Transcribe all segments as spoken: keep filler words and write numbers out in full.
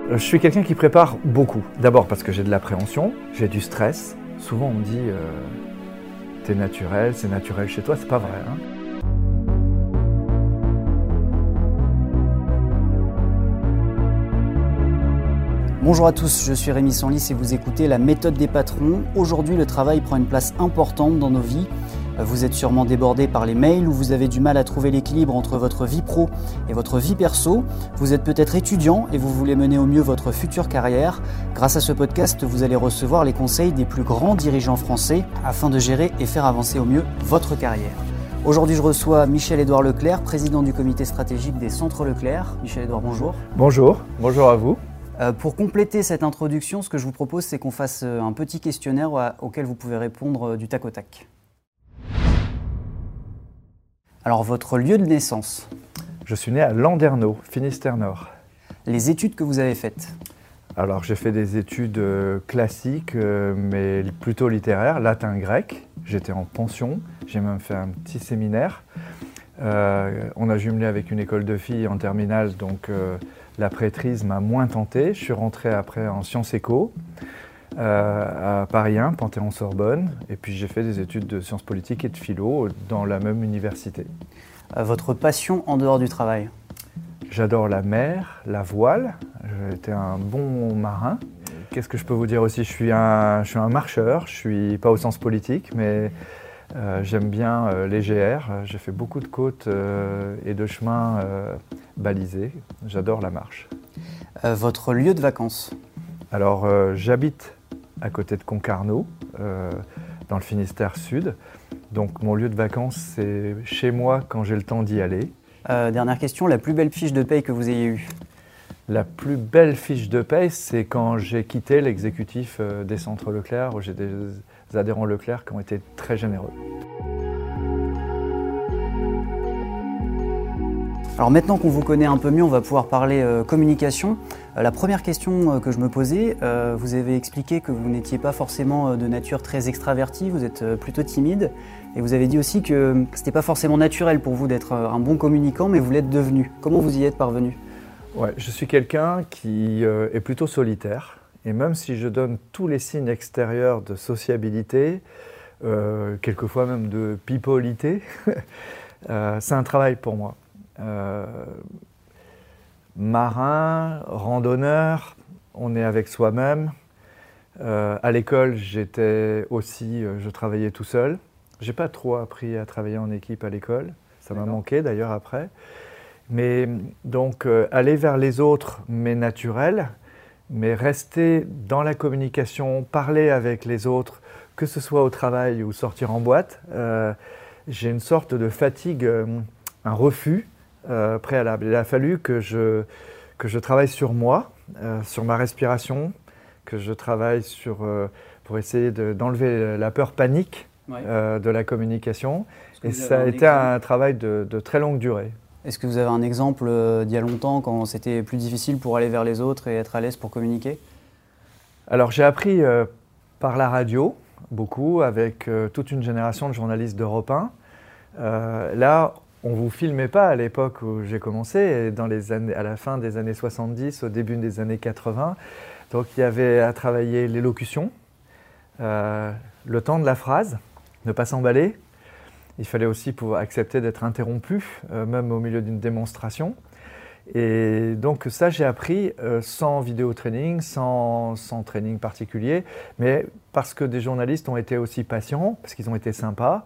Je suis quelqu'un qui prépare beaucoup. D'abord parce que j'ai de l'appréhension, j'ai du stress. Souvent on me dit euh, « t'es naturel, c'est naturel chez toi », c'est pas vrai. Hein. Bonjour à tous, je suis Rémi Senlis et vous écoutez La méthode des patrons. Aujourd'hui, le travail prend une place importante dans nos vies. Vous êtes sûrement débordé par les mails ou vous avez du mal à trouver l'équilibre entre votre vie pro et votre vie perso. Vous êtes peut-être étudiant et vous voulez mener au mieux votre future carrière. Grâce à ce podcast, vous allez recevoir les conseils des plus grands dirigeants français afin de gérer et faire avancer au mieux votre carrière. Aujourd'hui, je reçois Michel-Édouard Leclerc, président du comité stratégique des Centres Leclerc. Michel-Édouard, bonjour. Bonjour, bonjour à vous. Euh, pour compléter cette introduction, ce que je vous propose, c'est qu'on fasse un petit questionnaire auquel vous pouvez répondre du tac au tac. Alors, votre lieu de naissance? Je suis né à Landerneau, Finistère-Nord. Les études que vous avez faites? Alors, j'ai fait des études euh, classiques, euh, mais plutôt littéraires, latin-grec. J'étais en pension, j'ai même fait un petit séminaire. Euh, on a jumelé avec une école de filles en terminale, donc euh, la prêtrise m'a moins tenté. Je suis rentré après en sciences éco. Euh, à Paris un, Panthéon-Sorbonne, et puis j'ai fait des études de sciences politiques et de philo dans la même université. Euh, votre passion en dehors du travail? J'adore la mer, la voile, j'étais un bon marin. Qu'est-ce que je peux vous dire aussi? Je suis un, je suis un marcheur, je suis pas au sens politique, mais euh, j'aime bien euh, les G R. J'ai fait beaucoup de côtes euh, et de chemins euh, balisés. J'adore la marche. Euh, votre lieu de vacances? Alors, euh, j'habite à côté de Concarneau, euh, dans le Finistère Sud. Donc mon lieu de vacances, c'est chez moi quand j'ai le temps d'y aller. Euh, dernière question, la plus belle fiche de paye que vous ayez eue? La plus belle fiche de paye, c'est quand j'ai quitté l'exécutif euh, des Centres Leclerc, où j'ai des adhérents Leclerc qui ont été très généreux. Alors maintenant qu'on vous connaît un peu mieux, on va pouvoir parler euh, communication. Euh, la première question euh, que je me posais, euh, vous avez expliqué que vous n'étiez pas forcément euh, de nature très extravertie, vous êtes euh, plutôt timide. Et vous avez dit aussi que ce n'était pas forcément naturel pour vous d'être euh, un bon communicant, mais vous l'êtes devenu. Comment vous y êtes parvenu? Ouais, je suis quelqu'un qui euh, est plutôt solitaire. Et même si je donne tous les signes extérieurs de sociabilité, euh, quelquefois même de pipolité, euh, c'est un travail pour moi. Euh, marin, randonneur, on est avec soi-même. Euh, à l'école, j'étais aussi, euh, je travaillais tout seul. J'ai pas trop appris à travailler en équipe à l'école. Ça m'a manqué d'ailleurs après. Mais donc euh, aller vers les autres, mais naturel, mais rester dans la communication, parler avec les autres, que ce soit au travail ou sortir en boîte. Euh, j'ai une sorte de fatigue, euh, un refus. Euh, préalable. Il a fallu que je, que je travaille sur moi, euh, sur ma respiration, que je travaille sur, euh, pour essayer de, d'enlever la peur panique ouais. euh, de la communication. Et ça a été exemple? un travail de, de très longue durée. Est-ce que vous avez un exemple euh, d'il y a longtemps quand c'était plus difficile pour aller vers les autres et être à l'aise pour communiquer? Alors j'ai appris euh, par la radio, beaucoup, avec euh, toute une génération de journalistes d'Europe un. Euh, là, on ne vous filmait pas à l'époque où j'ai commencé, et dans les années, à la fin des années soixante-dix, au début des années quatre-vingts. Donc il y avait à travailler l'élocution, euh, le temps de la phrase, ne pas s'emballer. Il fallait aussi pouvoir accepter d'être interrompu, euh, même au milieu d'une démonstration. Et donc ça, j'ai appris euh, sans vidéo training, sans, sans training particulier, mais parce que des journalistes ont été aussi patients, parce qu'ils ont été sympas.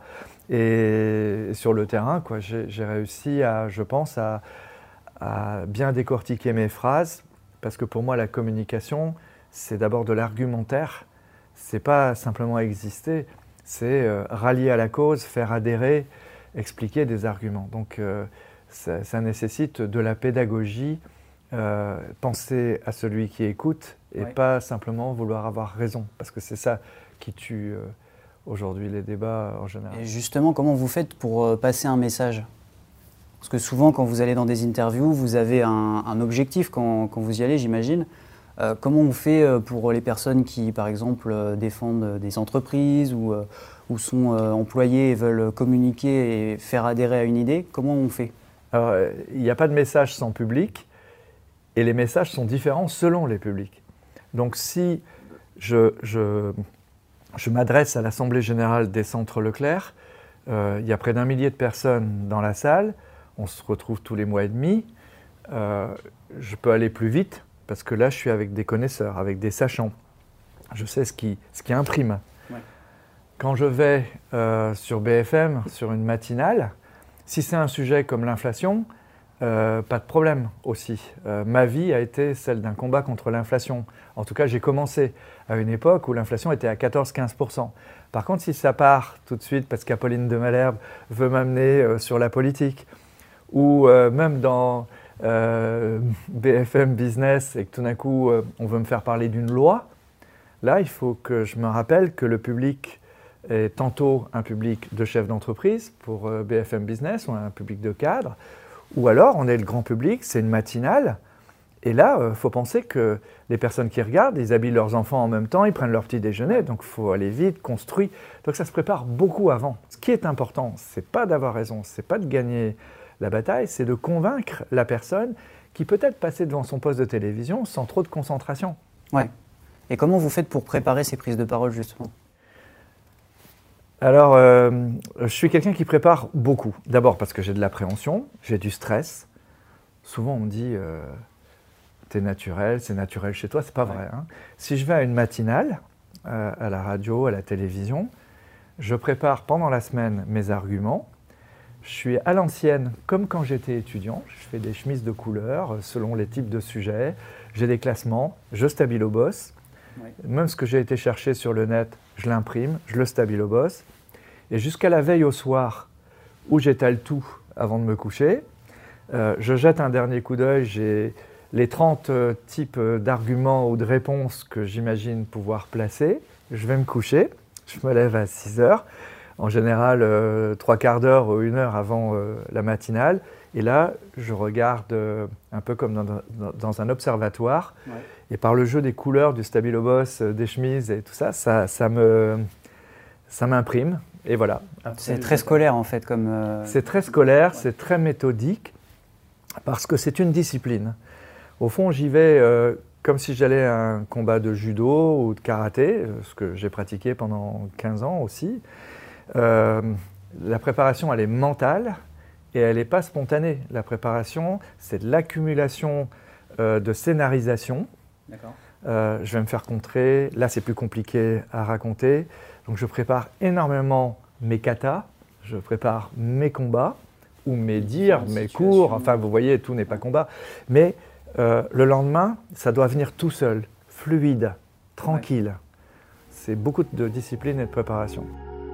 Et sur le terrain, quoi, j'ai, j'ai réussi, à, je pense, à, à bien décortiquer mes phrases, parce que pour moi, la communication, c'est d'abord de l'argumentaire. C'est pas simplement exister, c'est euh, rallier à la cause, faire adhérer, expliquer des arguments. Donc, euh, ça, ça nécessite de la pédagogie, euh, penser à celui qui écoute, et ouais. pas simplement vouloir avoir raison, parce que c'est ça qui tue. Euh, Aujourd'hui, les débats en général. Et justement, comment vous faites pour euh, passer un message? Parce que souvent, quand vous allez dans des interviews, vous avez un, un objectif quand, quand vous y allez, j'imagine. Euh, comment on fait pour les personnes qui, par exemple, euh, défendent des entreprises ou, euh, ou sont euh, employés et veulent communiquer et faire adhérer à une idée? Comment on fait? Alors, il n'y a pas de message sans public. et les messages sont différents selon les publics. Donc si je, je, je m'adresse à l'Assemblée générale des Centres Leclerc, euh, il y a près d'un millier de personnes dans la salle, on se retrouve tous les mois et demi, euh, je peux aller plus vite parce que là je suis avec des connaisseurs, avec des sachants. Je sais ce qui, ce qui imprime. Ouais. Quand je vais euh, sur B F M, sur une matinale, si c'est un sujet comme l'inflation, euh, pas de problème aussi. Euh, ma vie a été celle d'un combat contre l'inflation. En tout cas, j'ai commencé à une époque où l'inflation était à quatorze à quinze pour cent. Par contre, si ça part tout de suite parce qu'Apolline de Malherbe veut m'amener euh, sur la politique, ou euh, même dans euh, B F M Business et que tout d'un coup euh, on veut me faire parler d'une loi, là, il faut que je me rappelle que le public est tantôt un public de chefs d'entreprise pour euh, B F M Business, ou un public de cadres, ou alors on est le grand public, c'est une matinale, et là, il euh, faut penser que les personnes qui regardent, ils habillent leurs enfants en même temps, ils prennent leur petit déjeuner, donc il faut aller vite, construire. Donc ça se prépare beaucoup avant. Ce qui est important, ce n'est pas d'avoir raison, ce n'est pas de gagner la bataille, c'est de convaincre la personne qui peut être passée devant son poste de télévision sans trop de concentration. Ouais. Et comment vous faites pour préparer ces prises de parole, justement ? Alors, euh, je suis quelqu'un qui prépare beaucoup. D'abord parce que j'ai de l'appréhension, j'ai du stress. Souvent, on me dit euh, « t'es naturel, c'est naturel chez toi », c'est pas vrai. Hein. Si je vais à une matinale, euh, à la radio, à la télévision, je prépare pendant la semaine mes arguments. Je suis à l'ancienne, comme quand j'étais étudiant. Je fais des chemises de couleur selon les types de sujets. J'ai des classements, je stabilo-bosse. Oui. Même ce que j'ai été chercher sur le net, je l'imprime, je le stabilo-bosse. Et jusqu'à la veille au soir, où j'étale tout avant de me coucher, euh, je jette un dernier coup d'œil. J'ai les trente euh, types d'arguments ou de réponses que j'imagine pouvoir placer. Je vais me coucher, je me lève à six heures. En général, euh, trois quarts d'heure ou une heure avant euh, la matinale. Et là, je regarde euh, un peu comme dans, dans, dans un observatoire. Ouais. Et par le jeu des couleurs, du stabilo-boss, euh, des chemises et tout ça, ça, ça, me, ça m'imprime. Et voilà. C'est très scolaire, en fait. comme. Euh... C'est très scolaire, ouais. C'est très méthodique, parce que c'est une discipline. Au fond, j'y vais euh, comme si j'allais à un combat de judo ou de karaté, ce que j'ai pratiqué pendant quinze ans aussi. Euh, la préparation, elle est mentale et elle n'est pas spontanée. La préparation, c'est de l'accumulation euh, de scénarisation. D'accord. Euh, je vais me faire contrer. Là, c'est plus compliqué à raconter. Donc, je prépare énormément mes katas, je prépare mes combats ou mes dires, mes cours. Enfin, vous voyez, tout n'est pas combat. Mais euh, le lendemain, ça doit venir tout seul, fluide, tranquille. Ouais. C'est beaucoup de discipline et de préparation.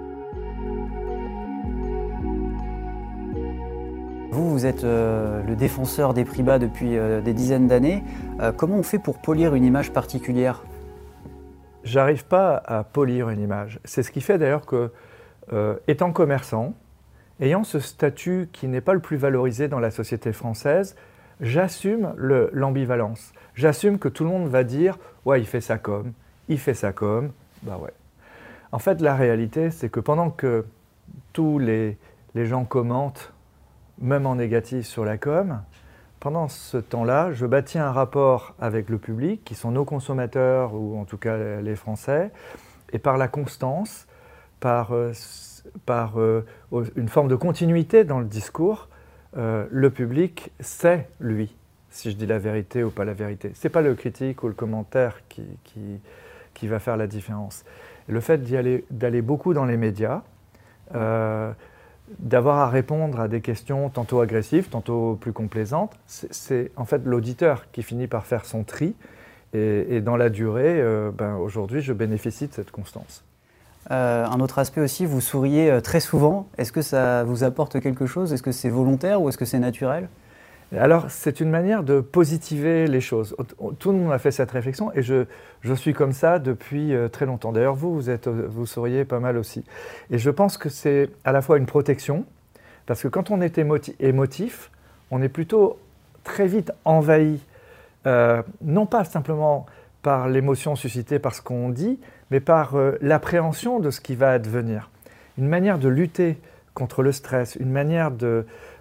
Vous, vous êtes euh, le défenseur des prix bas depuis euh, des dizaines d'années. Euh, comment on fait pour polir une image particulière ? J'arrive pas à polir une image. C'est ce qui fait d'ailleurs que, euh, étant commerçant, ayant ce statut qui n'est pas le plus valorisé dans la société française, j'assume le, l'ambivalence. J'assume que tout le monde va dire « ouais, il fait ça comme, il fait ça comme, bah ouais ». En fait, la réalité, c'est que pendant que tous les, les gens commentent, même en négatif sur la com, pendant ce temps-là, je bâtis un rapport avec le public, qui sont nos consommateurs, ou en tout cas les Français, et par la constance, par, euh, par euh, une forme de continuité dans le discours, euh, le public sait, lui, si je dis la vérité ou pas la vérité. Ce n'est pas le critique ou le commentaire qui, qui, qui va faire la différence. Et le fait d'y aller, d'aller beaucoup dans les médias, euh, d'avoir à répondre à des questions tantôt agressives, tantôt plus complaisantes, c'est, c'est en fait l'auditeur qui finit par faire son tri. Et, et dans la durée, euh, ben, aujourd'hui, je bénéficie de cette constance. Euh, un autre aspect aussi, vous souriez très souvent. Est-ce que ça vous apporte quelque chose ? Est-ce que c'est volontaire ou est-ce que c'est naturel ? Alors, c'est une manière de positiver les choses. Tout le monde a fait cette réflexion et je, je suis comme ça depuis très longtemps. D'ailleurs, vous, vous, êtes, vous souriez pas mal aussi. Et je pense que c'est à la fois une protection, parce que quand on est émoti- émotif, on est plutôt très vite envahi, euh, non pas simplement par l'émotion suscitée par ce qu'on dit, mais par euh, l'appréhension de ce qui va advenir. Une manière de lutter contre le stress, une manière de...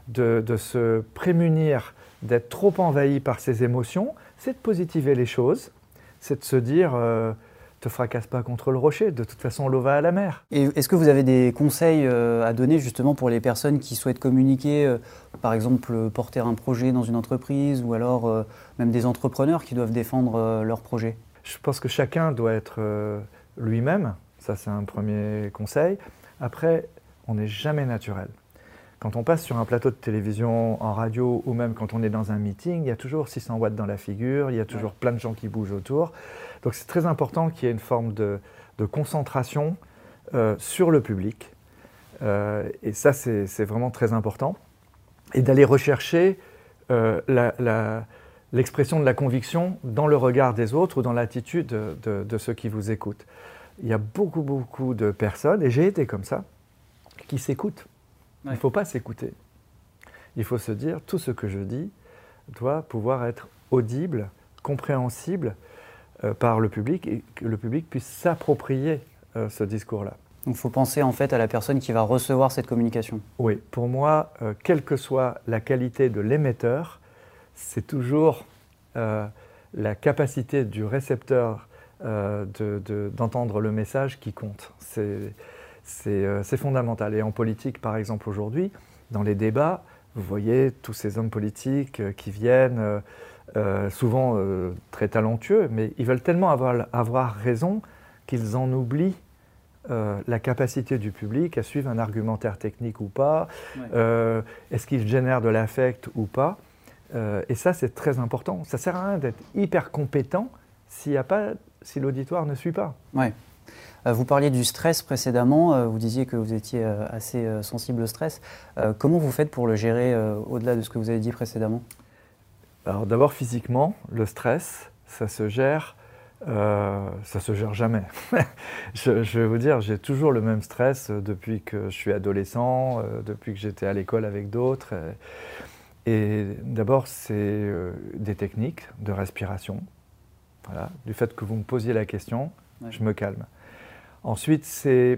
de, de se prémunir d'être trop envahi par ses émotions, c'est de positiver les choses, c'est de se dire euh, « te fracasse pas contre le rocher, de toute façon l'eau va à la mer ». Et est-ce que vous avez des conseils euh, à donner justement pour les personnes qui souhaitent communiquer, euh, par exemple euh, porter un projet dans une entreprise ou alors euh, même des entrepreneurs qui doivent défendre euh, leur projet? Je pense que chacun doit être euh, lui-même, ça c'est un premier conseil. Après, on n'est jamais naturel. Quand on passe sur un plateau de télévision, en radio, ou même quand on est dans un meeting, il y a toujours six cents watts dans la figure, il y a toujours ouais. plein de gens qui bougent autour. Donc c'est très important qu'il y ait une forme de, de concentration euh, sur le public. Euh, et ça, c'est, c'est vraiment très important. Et d'aller rechercher euh, la, la, l'expression de la conviction dans le regard des autres ou dans l'attitude de, de, de ceux qui vous écoutent. Il y a beaucoup, beaucoup de personnes, et j'ai été comme ça, qui s'écoutent. Ouais. Il ne faut pas s'écouter. Il faut se dire, tout ce que je dis doit pouvoir être audible, compréhensible euh, par le public et que le public puisse s'approprier euh, ce discours-là. Donc il faut penser en fait à la personne qui va recevoir cette communication. Oui, pour moi, euh, quelle que soit la qualité de l'émetteur, c'est toujours euh, la capacité du récepteur euh, de, de, d'entendre le message qui compte. C'est, C'est, euh, c'est fondamental. Et en politique, par exemple, aujourd'hui, dans les débats, vous voyez tous ces hommes politiques euh, qui viennent, euh, euh, souvent euh, très talentueux, mais ils veulent tellement avoir, avoir raison qu'ils en oublient euh, la capacité du public à suivre un argumentaire technique ou pas, ouais. euh, est-ce qu'il génère de l'affect ou pas. Euh, et ça, c'est très important. Ça ne sert à rien d'être hyper compétent s'il y a pas, si l'auditoire ne suit pas. Ouais. Vous parliez du stress précédemment, vous disiez que vous étiez assez sensible au stress. Comment vous faites pour le gérer au-delà de ce que vous avez dit précédemment? Alors d'abord physiquement, le stress, ça se gère, euh, ça se gère jamais. je, je vais vous dire, j'ai toujours le même stress depuis que je suis adolescent, euh, depuis que j'étais à l'école avec d'autres. Et, et d'abord, c'est euh, des techniques de respiration. Voilà. Du fait que vous me posiez la question, ouais. je me calme. Ensuite, c'est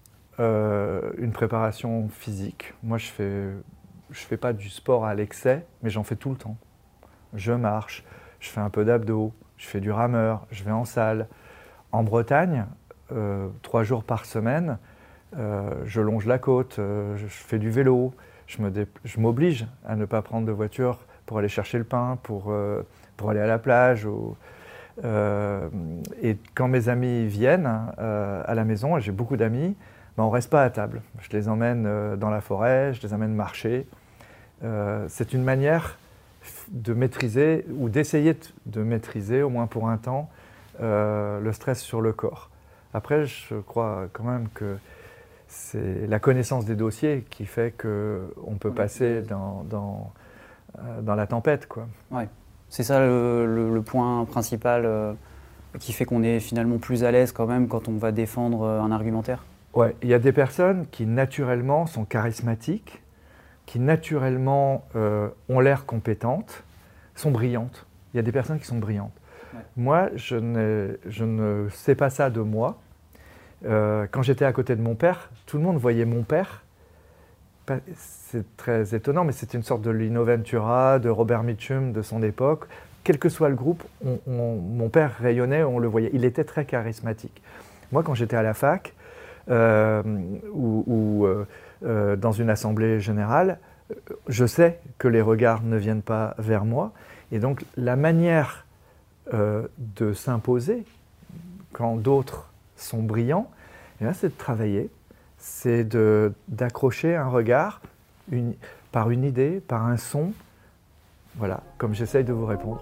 euh, une préparation physique. Moi, je fais, je fais pas du sport à l'excès, mais j'en fais tout le temps. Je marche, je fais un peu d'abdos, je fais du rameur, je vais en salle. En Bretagne, euh, trois jours par semaine, euh, je longe la côte, euh, je fais du vélo, je, me dé... je m'oblige à ne pas prendre de voiture pour aller chercher le pain, pour, euh, pour aller à la plage. Ou... Euh, et quand mes amis viennent euh, à la maison, et j'ai beaucoup d'amis, ben on ne reste pas à table. Je les emmène euh, dans la forêt, je les emmène marcher. Euh, c'est une manière de maîtriser, ou d'essayer de maîtriser, au moins pour un temps, euh, le stress sur le corps. Après, je crois quand même que c'est la connaissance des dossiers qui fait qu'on peut passer dans, dans, euh, dans la tempête, quoi. Ouais. C'est ça le, le, le point principal euh, qui fait qu'on est finalement plus à l'aise quand même quand on va défendre un argumentaire? Ouais, il y a des personnes qui naturellement sont charismatiques, qui naturellement euh, ont l'air compétentes, sont brillantes. Il y a des personnes qui sont brillantes. Ouais. Moi, je ne, je ne sais pas ça de moi. Euh, quand j'étais à côté de mon père, tout le monde voyait mon père. C'est très étonnant, mais c'est une sorte de Lino Ventura, de Robert Mitchum de son époque. Quel que soit le groupe, on, on, mon père rayonnait, on le voyait. Il était très charismatique. Moi, quand j'étais à la fac, euh, ou, ou euh, euh, dans une assemblée générale, je sais que les regards ne viennent pas vers moi. Et donc, la manière euh, de s'imposer, quand d'autres sont brillants, eh bien, c'est de travailler. C'est de, d'accrocher un regard une, par une idée, par un son. Voilà, comme j'essaye de vous répondre.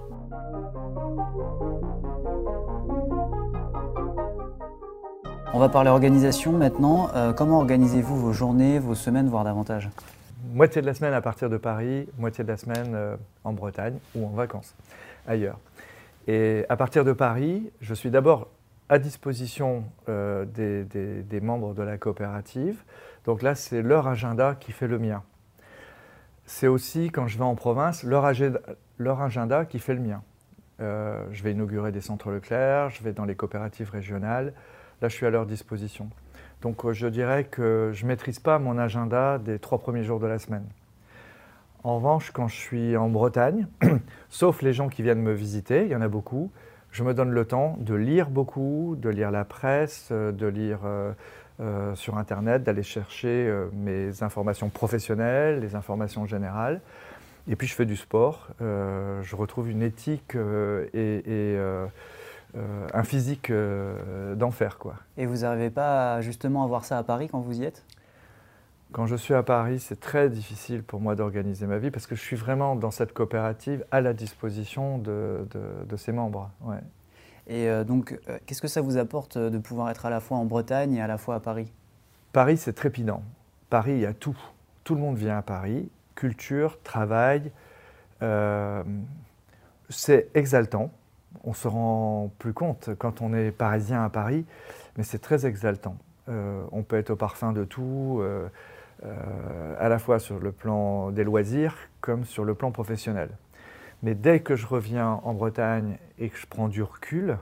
On va parler organisation maintenant. Euh, comment organisez-vous vos journées, vos semaines, voire davantage? Moitié de la semaine à partir de Paris, moitié de la semaine euh, en Bretagne ou en vacances, ailleurs. Et à partir de Paris, je suis d'abord à disposition euh, des, des, des membres de la coopérative. Donc là, c'est leur agenda qui fait le mien. C'est aussi, quand je vais en province, leur agenda, leur agenda qui fait le mien. Euh, je vais inaugurer des centres Leclerc, je vais dans les coopératives régionales. Là, je suis à leur disposition. Donc, euh, je dirais que je ne maîtrise pas mon agenda des trois premiers jours de la semaine. En revanche, quand je suis en Bretagne, sauf les gens qui viennent me visiter, il y en a beaucoup, je me donne le temps de lire beaucoup, de lire la presse, de lire euh, euh, sur Internet, d'aller chercher euh, mes informations professionnelles, les informations générales. Et puis je fais du sport, euh, je retrouve une éthique euh, et, et euh, euh, un physique euh, d'enfer, quoi. Et vous n'arrivez pas à, justement à voir ça à Paris quand vous y êtes? Quand je suis à Paris, c'est très difficile pour moi d'organiser ma vie parce que je suis vraiment dans cette coopérative à la disposition de, de, de ses membres. Ouais. Et euh, donc, euh, qu'est-ce que ça vous apporte de pouvoir être à la fois en Bretagne et à la fois à Paris? Paris, c'est trépidant. Paris, il y a tout. Tout le monde vient à Paris. Culture, travail. Euh, c'est exaltant. On ne se rend plus compte quand on est parisien à Paris, mais c'est très exaltant. Euh, on peut être au parfum de tout. Euh, Euh, à la fois sur le plan des loisirs comme sur le plan professionnel. Mais dès que je reviens en Bretagne et que je prends du recul,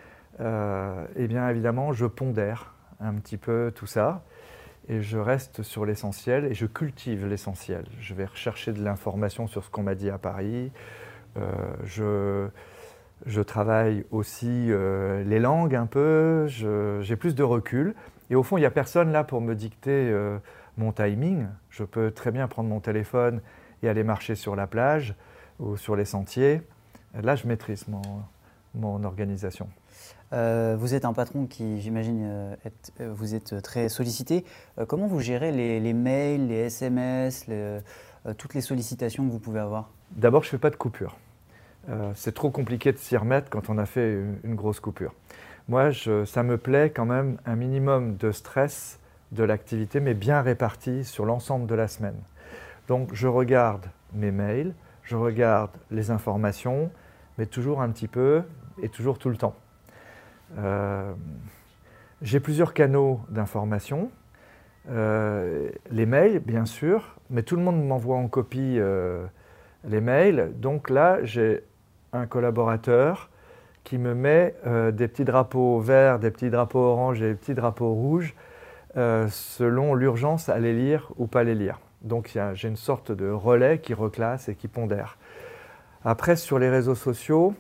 euh, eh bien évidemment je pondère un petit peu tout ça et je reste sur l'essentiel et je cultive l'essentiel. Je vais rechercher de l'information sur ce qu'on m'a dit à Paris. Euh, je, je travaille aussi euh, les langues un peu, je, j'ai plus de recul. Et au fond, il n'y a personne là pour me dicter euh, mon timing. Je peux très bien prendre mon téléphone et aller marcher sur la plage ou sur les sentiers. Là, je maîtrise mon, mon organisation. Euh, vous êtes un patron qui, j'imagine, euh, est, euh, vous êtes très sollicité. Euh, comment vous gérez les, les mails, les S M S, les, euh, toutes les sollicitations que vous pouvez avoir? D'abord, je ne fais pas de coupure. Euh, c'est trop compliqué de s'y remettre quand on a fait une, une grosse coupure. Moi, je, ça me plaît quand même un minimum de stress de l'activité, mais bien réparti sur l'ensemble de la semaine. Donc, je regarde mes mails, je regarde les informations, mais toujours un petit peu et toujours tout le temps. Euh, j'ai plusieurs canaux d'information. Euh, les mails, bien sûr, mais tout le monde m'envoie en copie euh, les mails. Donc là, j'ai un collaborateur qui me met euh, des petits drapeaux verts, des petits drapeaux orange et des petits drapeaux rouges euh, selon l'urgence à les lire ou pas les lire. Donc j'ai une sorte de relais qui reclasse et qui pondère. Après, sur les réseaux sociaux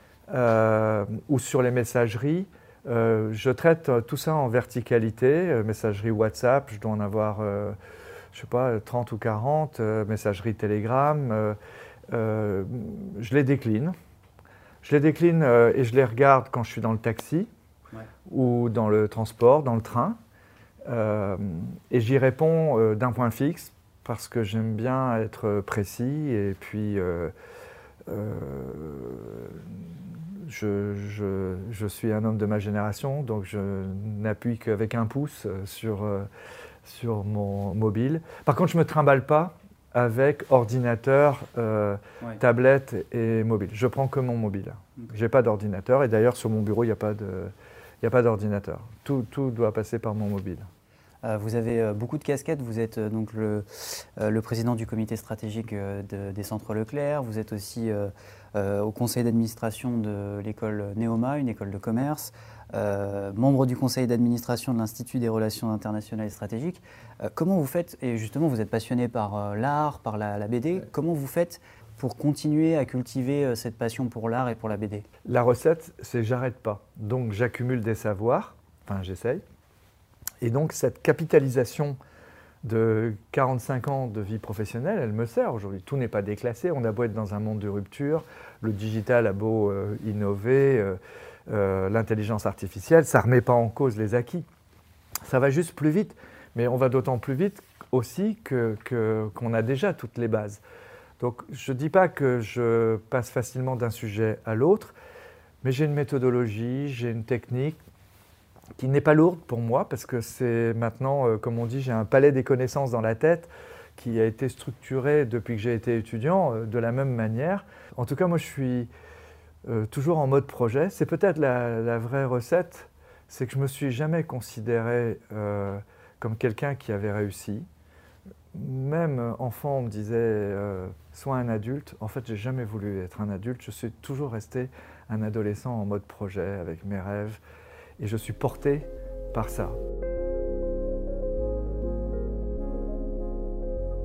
euh, ou sur les messageries, euh, je traite tout ça en verticalité. Euh, messagerie WhatsApp, je dois en avoir, euh, je sais pas, trente ou quarante. Euh, messagerie Telegram, euh, euh, je les décline. Je les décline euh, et je les regarde quand je suis dans le taxi ouais. ou dans le transport, dans le train. Euh, et j'y réponds euh, d'un point fixe parce que j'aime bien être précis et puis euh, euh, je, je, je suis un homme de ma génération, donc je n'appuie qu'avec un pouce sur, euh, sur mon mobile. Par contre, je ne me trimballe pas avec ordinateur, euh, ouais. tablette et mobile. Je prends que mon mobile. Okay. Je n'ai pas d'ordinateur et d'ailleurs sur mon bureau, il n'y a pas de, il n'y a pas d'ordinateur. Tout, tout doit passer par mon mobile. Euh, vous avez euh, beaucoup de casquettes. Vous êtes euh, donc le, euh, le président du comité stratégique euh, de, des centres Leclerc. Vous êtes aussi euh, euh, au conseil d'administration de l'école Neoma, une école de commerce. Euh, membre du conseil d'administration de l'Institut des relations internationales et stratégiques. Euh, comment vous faites, et justement vous êtes passionné par euh, l'art, par la, la B D, comment vous faites pour continuer à cultiver euh, cette passion pour l'art et pour la B D? La recette, c'est j'arrête pas. Donc j'accumule des savoirs, enfin j'essaye. Et donc cette capitalisation de quarante-cinq ans de vie professionnelle, elle me sert aujourd'hui. Tout n'est pas déclassé, on a beau être dans un monde de rupture, le digital a beau euh, innover, euh, euh, l'intelligence artificielle, ça ne remet pas en cause les acquis. Ça va juste plus vite, mais on va d'autant plus vite aussi que, que, qu'on a déjà toutes les bases. Donc je ne dis pas que je passe facilement d'un sujet à l'autre, mais j'ai une méthodologie, j'ai une technique qui n'est pas lourde pour moi, parce que c'est maintenant, euh, comme on dit, j'ai un palais des connaissances dans la tête qui a été structuré depuis que j'ai été étudiant euh, de la même manière. En tout cas, moi, je suis euh, toujours en mode projet. C'est peut-être la, la vraie recette, c'est que je ne me suis jamais considéré euh, comme quelqu'un qui avait réussi. Même enfant, on me disait euh, « sois un adulte ». En fait, je n'ai jamais voulu être un adulte. Je suis toujours resté un adolescent en mode projet, avec mes rêves. Et je suis porté par ça.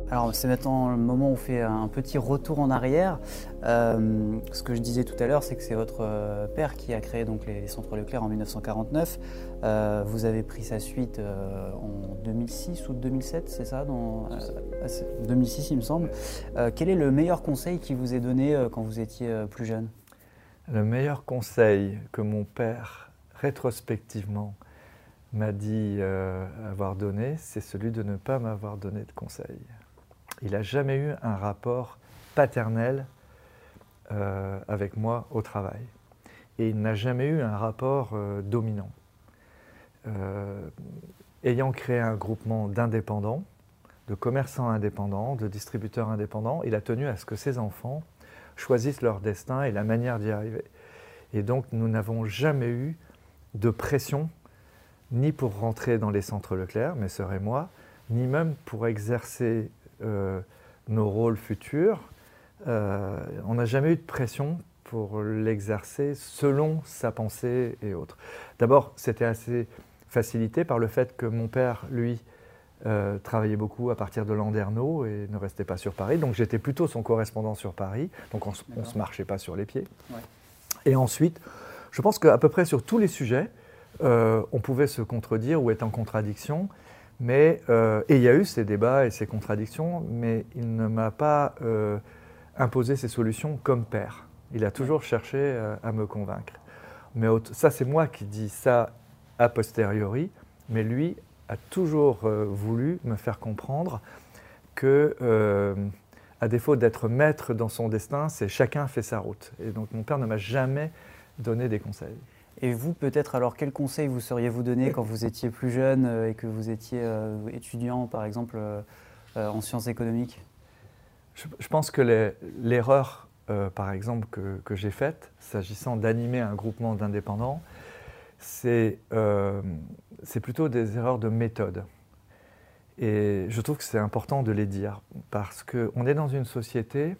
Alors c'est maintenant le moment où on fait un petit retour en arrière. Euh, ce que je disais tout à l'heure, c'est que c'est votre euh, père qui a créé donc, les, les centres Leclerc en mille neuf cent quarante-neuf. Euh, vous avez pris sa suite euh, en deux mille six ou deux mille sept, c'est ça dans, euh, deux mille six il me semble. Euh, quel est le meilleur conseil qui vous est donné euh, quand vous étiez euh, plus jeune? Le meilleur conseil que mon père, rétrospectivement, m'a dit euh, avoir donné, c'est celui de ne pas m'avoir donné de conseils. Il n'a jamais eu un rapport paternel euh, avec moi au travail. Et il n'a jamais eu un rapport euh, dominant. Euh, ayant créé un groupement d'indépendants, de commerçants indépendants, de distributeurs indépendants, il a tenu à ce que ses enfants choisissent leur destin et la manière d'y arriver. Et donc nous n'avons jamais eu de pression, ni pour rentrer dans les centres Leclerc, mes sœurs et moi, ni même pour exercer Euh, nos rôles futurs. Euh, on n'a jamais eu de pression pour l'exercer selon sa pensée et autres. D'abord, c'était assez facilité par le fait que mon père, lui, euh, travaillait beaucoup à partir de Landerneau et ne restait pas sur Paris. Donc j'étais plutôt son correspondant sur Paris. Donc on ne se marchait pas sur les pieds. Ouais. Et ensuite, je pense qu'à peu près sur tous les sujets, euh, on pouvait se contredire ou être en contradiction. Mais, euh, et il y a eu ces débats et ces contradictions, mais il ne m'a pas euh, imposé ses solutions comme père. Il a toujours cherché euh, à me convaincre. Mais ça, c'est moi qui dis ça a posteriori, mais lui a toujours euh, voulu me faire comprendre que, euh, à défaut d'être maître dans son destin, c'est chacun fait sa route. Et donc mon père ne m'a jamais donné des conseils. Et vous, peut-être, alors, quel conseil vous seriez-vous donné quand vous étiez plus jeune euh, et que vous étiez euh, étudiant, par exemple, euh, euh, en sciences économiques? je, je pense que les, l'erreur, euh, par exemple, que, que j'ai faite, s'agissant d'animer un groupement d'indépendants, c'est, euh, c'est plutôt des erreurs de méthode. Et je trouve que c'est important de les dire, parce qu'on est dans une société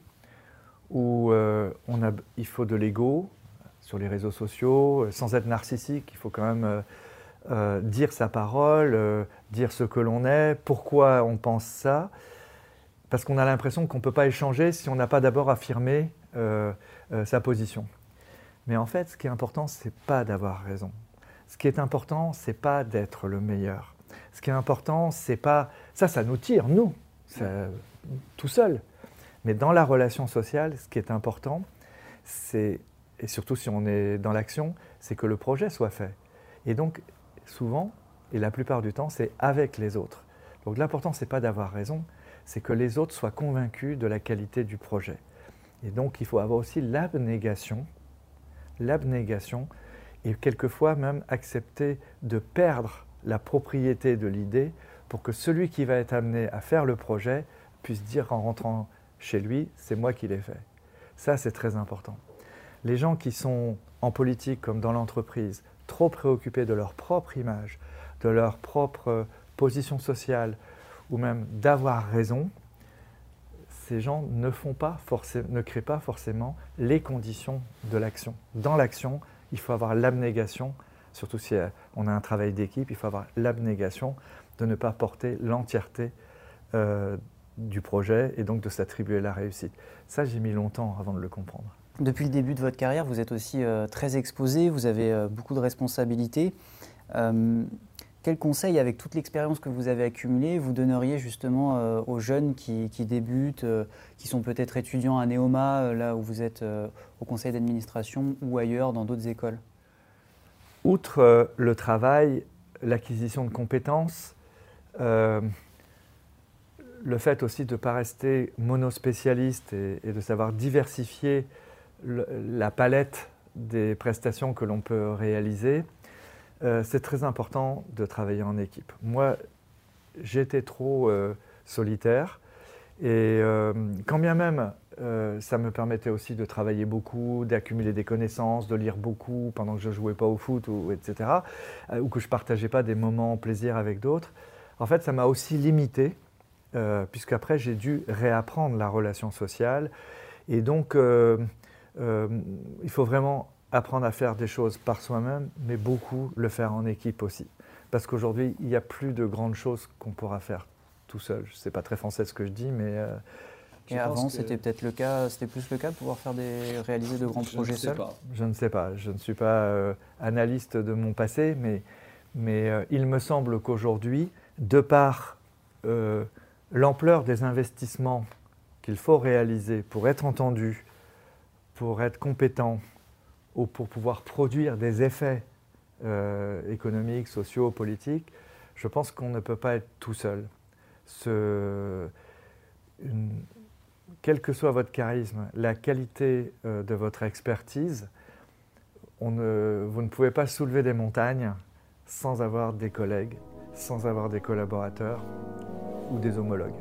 où euh, on a, il faut de l'ego, sur les réseaux sociaux, sans être narcissique, il faut quand même euh, euh, dire sa parole, euh, dire ce que l'on est, pourquoi on pense ça, parce qu'on a l'impression qu'on ne peut pas échanger si on n'a pas d'abord affirmé euh, euh, sa position. Mais en fait, ce qui est important, ce n'est pas d'avoir raison. Ce qui est important, ce n'est pas d'être le meilleur. Ce qui est important, c'est pas... Ça, ça nous tire, nous, ça, tout seul. Mais dans la relation sociale, ce qui est important, c'est... et surtout si on est dans l'action, c'est que le projet soit fait. Et donc, souvent, et la plupart du temps, c'est avec les autres. Donc l'important, ce n'est pas d'avoir raison, c'est que les autres soient convaincus de la qualité du projet. Et donc, il faut avoir aussi l'abnégation, l'abnégation, et quelquefois même accepter de perdre la propriété de l'idée pour que celui qui va être amené à faire le projet puisse dire en rentrant chez lui, c'est moi qui l'ai fait. Ça, c'est très important. Les gens qui sont en politique comme dans l'entreprise, trop préoccupés de leur propre image, de leur propre position sociale, ou même d'avoir raison, ces gens ne, font pas forcément, ne créent pas forcément les conditions de l'action. Dans l'action, il faut avoir l'abnégation, surtout si on a un travail d'équipe, il faut avoir l'abnégation de ne pas porter l'entièreté euh, du projet et donc de s'attribuer la réussite. Ça, j'ai mis longtemps avant de le comprendre. Depuis le début de votre carrière, vous êtes aussi euh, très exposé, vous avez euh, beaucoup de responsabilités. Euh, quel conseil, avec toute l'expérience que vous avez accumulée, vous donneriez justement euh, aux jeunes qui, qui débutent, euh, qui sont peut-être étudiants à Neoma, euh, là où vous êtes euh, au conseil d'administration ou ailleurs dans d'autres écoles? Outre euh, le travail, l'acquisition de compétences, euh, le fait aussi de ne pas rester monospécialiste et, et de savoir diversifier le, la palette des prestations que l'on peut réaliser, euh, c'est très important de travailler en équipe. Moi, j'étais trop euh, solitaire et euh, quand bien même euh, ça me permettait aussi de travailler beaucoup, d'accumuler des connaissances, de lire beaucoup pendant que je ne jouais pas au foot, ou, et cetera, euh, ou que je ne partageais pas des moments plaisir avec d'autres, en fait, ça m'a aussi limité. Euh, puisqu'après j'ai dû réapprendre la relation sociale. Et donc, euh, euh, il faut vraiment apprendre à faire des choses par soi-même, mais beaucoup le faire en équipe aussi. Parce qu'aujourd'hui, il n'y a plus de grandes choses qu'on pourra faire tout tout seul. C'est pas très français ce que je dis, mais... Euh, Et avant, que... c'était peut-être le cas, c'était plus le cas de pouvoir faire des, réaliser de grands je projets seuls? Je ne sais pas. Je ne suis pas euh, analyste de mon passé, mais, mais euh, il me semble qu'aujourd'hui, de par euh, l'ampleur des investissements qu'il faut réaliser pour être entendu, pour être compétent, ou pour pouvoir produire des effets euh, économiques, sociaux, politiques, je pense qu'on ne peut pas être tout seul. Ce, une, quel que soit votre charisme, la qualité euh, de votre expertise, on ne, vous ne pouvez pas soulever des montagnes sans avoir des collègues, sans avoir des collaborateurs ou des homologues.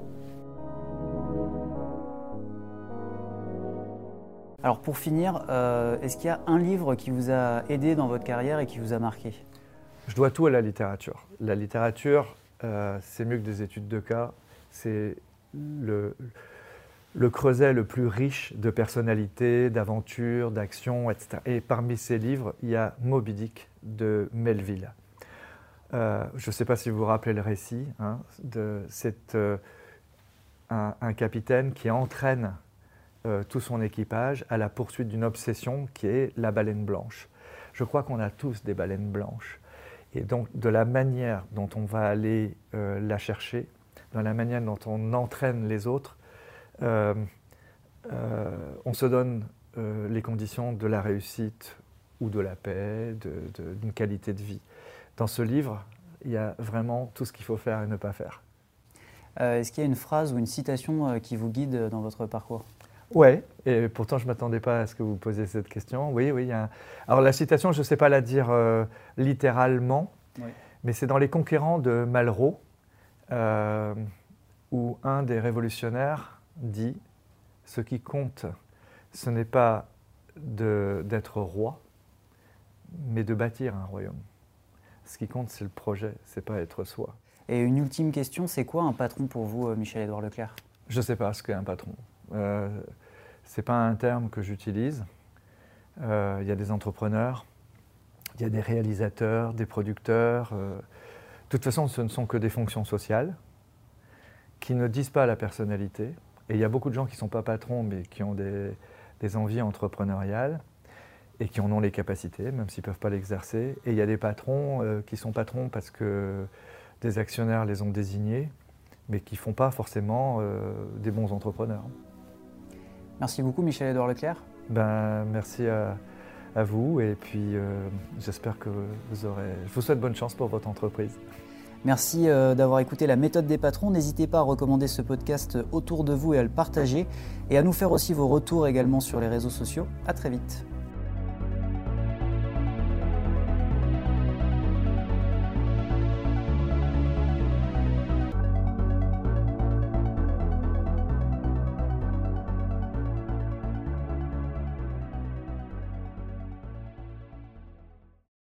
Alors pour finir, euh, est-ce qu'il y a un livre qui vous a aidé dans votre carrière et qui vous a marqué? Je dois tout à la littérature. La littérature, euh, c'est mieux que des études de cas. C'est le, le creuset le plus riche de personnalités, d'aventures, d'actions, et cetera. Et parmi ces livres, il y a Moby Dick de Melville. Euh, je ne sais pas si vous vous rappelez le récit. Hein, de, c'est euh, un, un capitaine qui entraîne euh, tout son équipage à la poursuite d'une obsession qui est la baleine blanche. Je crois qu'on a tous des baleines blanches. Et donc, de la manière dont on va aller euh, la chercher, dans la manière dont on entraîne les autres, euh, euh, on se donne euh, les conditions de la réussite ou de la paix, de, de, d'une qualité de vie. Dans ce livre, il y a vraiment tout ce qu'il faut faire et ne pas faire. Euh, est-ce qu'il y a une phrase ou une citation euh, qui vous guide dans votre parcours? Oui, et pourtant je ne m'attendais pas à ce que vous posiez cette question. Oui, oui. Il y a un... Alors la citation, je ne sais pas la dire euh, littéralement, oui. Mais c'est dans Les Conquérants de Malraux, euh, où un des révolutionnaires dit « Ce qui compte, ce n'est pas de, d'être roi, mais de bâtir un royaume. Ce qui compte, c'est le projet, ce n'est pas être soi. » Et une ultime question, c'est quoi un patron pour vous, Michel-Édouard Leclerc? Je ne sais pas ce qu'est un patron. Euh, ce n'est pas un terme que j'utilise. Il euh, y a des entrepreneurs, il y a des réalisateurs, des producteurs. Euh, de toute façon, ce ne sont que des fonctions sociales qui ne disent pas la personnalité. Et il y a beaucoup de gens qui ne sont pas patrons, mais qui ont des, des envies entrepreneuriales et qui en ont les capacités, même s'ils ne peuvent pas l'exercer. Et il y a des patrons euh, qui sont patrons parce que des actionnaires les ont désignés, mais qui ne font pas forcément euh, des bons entrepreneurs. Merci beaucoup, Michel-Édouard Leclerc. Ben, merci à, à vous, et puis euh, j'espère que vous aurez... Je vous souhaite bonne chance pour votre entreprise. Merci euh, d'avoir écouté La Méthode des Patrons. N'hésitez pas à recommander ce podcast autour de vous et à le partager, et à nous faire aussi vos retours également sur les réseaux sociaux. À très vite.